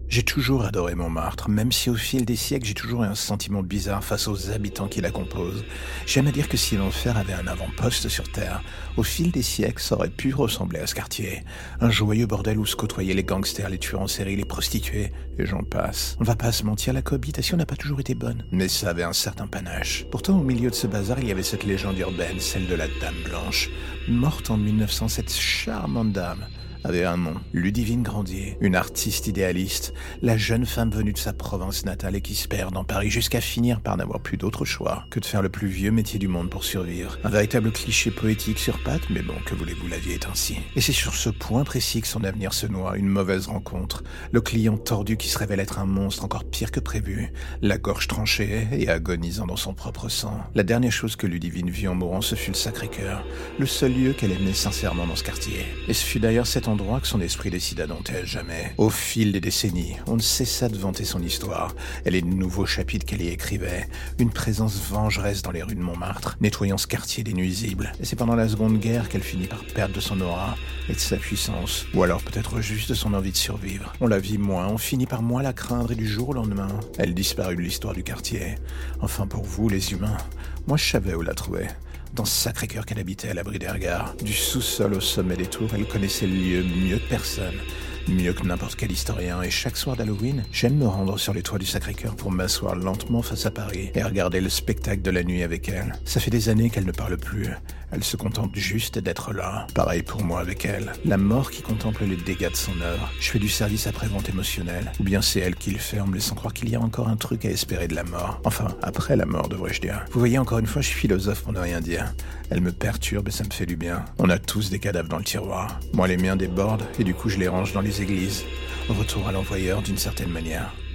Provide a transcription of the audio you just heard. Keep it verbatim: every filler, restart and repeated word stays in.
J'ai toujours adoré Montmartre, même si au fil des siècles j'ai toujours eu un sentiment bizarre face aux habitants qui la composent. J'aime à dire que si l'enfer avait un avant-poste sur Terre, au fil des siècles ça aurait pu ressembler à ce quartier. Un joyeux bordel où se côtoyaient les gangsters, les tueurs en série, les prostituées, et j'en passe. On va pas se mentir, la cohabitation n'a pas toujours été bonne, mais ça avait un certain panache. Pourtant au milieu de ce bazar il y avait cette légende urbaine, celle de la Dame Blanche. Morte en mille neuf cents, cette charmante dame avait un nom, Ludivine Grandier, une artiste idéaliste, la jeune femme venue de sa province natale et qui se perd dans Paris jusqu'à finir par n'avoir plus d'autre choix que de faire le plus vieux métier du monde pour survivre. Un véritable cliché poétique sur pattes, mais bon, que voulez-vous, la vie est ainsi. Et c'est sur ce point précis que son avenir se noie, une mauvaise rencontre, le client tordu qui se révèle être un monstre encore pire que prévu, la gorge tranchée et agonisant dans son propre sang. La dernière chose que Ludivine vit en mourant, ce fut le Sacré-Cœur, le seul lieu qu'elle aimait sincèrement dans ce quartier. Et ce fut d'ailleurs cet endroit que son esprit décida d'hanter à jamais. Au fil des décennies, on ne cessa de vanter son histoire et les nouveaux chapitres qu'elle y écrivait. Une présence vengeresse dans les rues de Montmartre, nettoyant ce quartier des nuisibles. Et c'est pendant la Seconde Guerre qu'elle finit par perdre de son aura et de sa puissance. Ou alors peut-être juste de son envie de survivre. On la vit moins, on finit par moins la craindre et du jour au lendemain, elle disparut de l'histoire du quartier. Enfin pour vous, les humains, moi je savais où la trouver. Dans ce Sacré-Cœur qu'elle habitait à l'abri des regards. Du sous-sol au sommet des tours, elle connaissait le lieu mieux que personne. Mieux que n'importe quel historien, et chaque soir d'Halloween, j'aime me rendre sur les toits du Sacré-Cœur pour m'asseoir lentement face à Paris et regarder le spectacle de la nuit avec elle. Ça fait des années qu'elle ne parle plus, elle se contente juste d'être là. Pareil pour moi avec elle. La mort qui contemple les dégâts de son œuvre. Je fais du service après-vente émotionnel, ou bien c'est elle qui le fait en me laissant croire qu'il y a encore un truc à espérer de la mort. Enfin, après la mort devrais-je dire. Vous voyez, encore une fois, je suis philosophe pour ne rien dire. Elle me perturbe et ça me fait du bien. On a tous des cadavres dans le tiroir. Moi les miens débordent et du coup je les range dans les églises. Retour à l'envoyeur d'une certaine manière.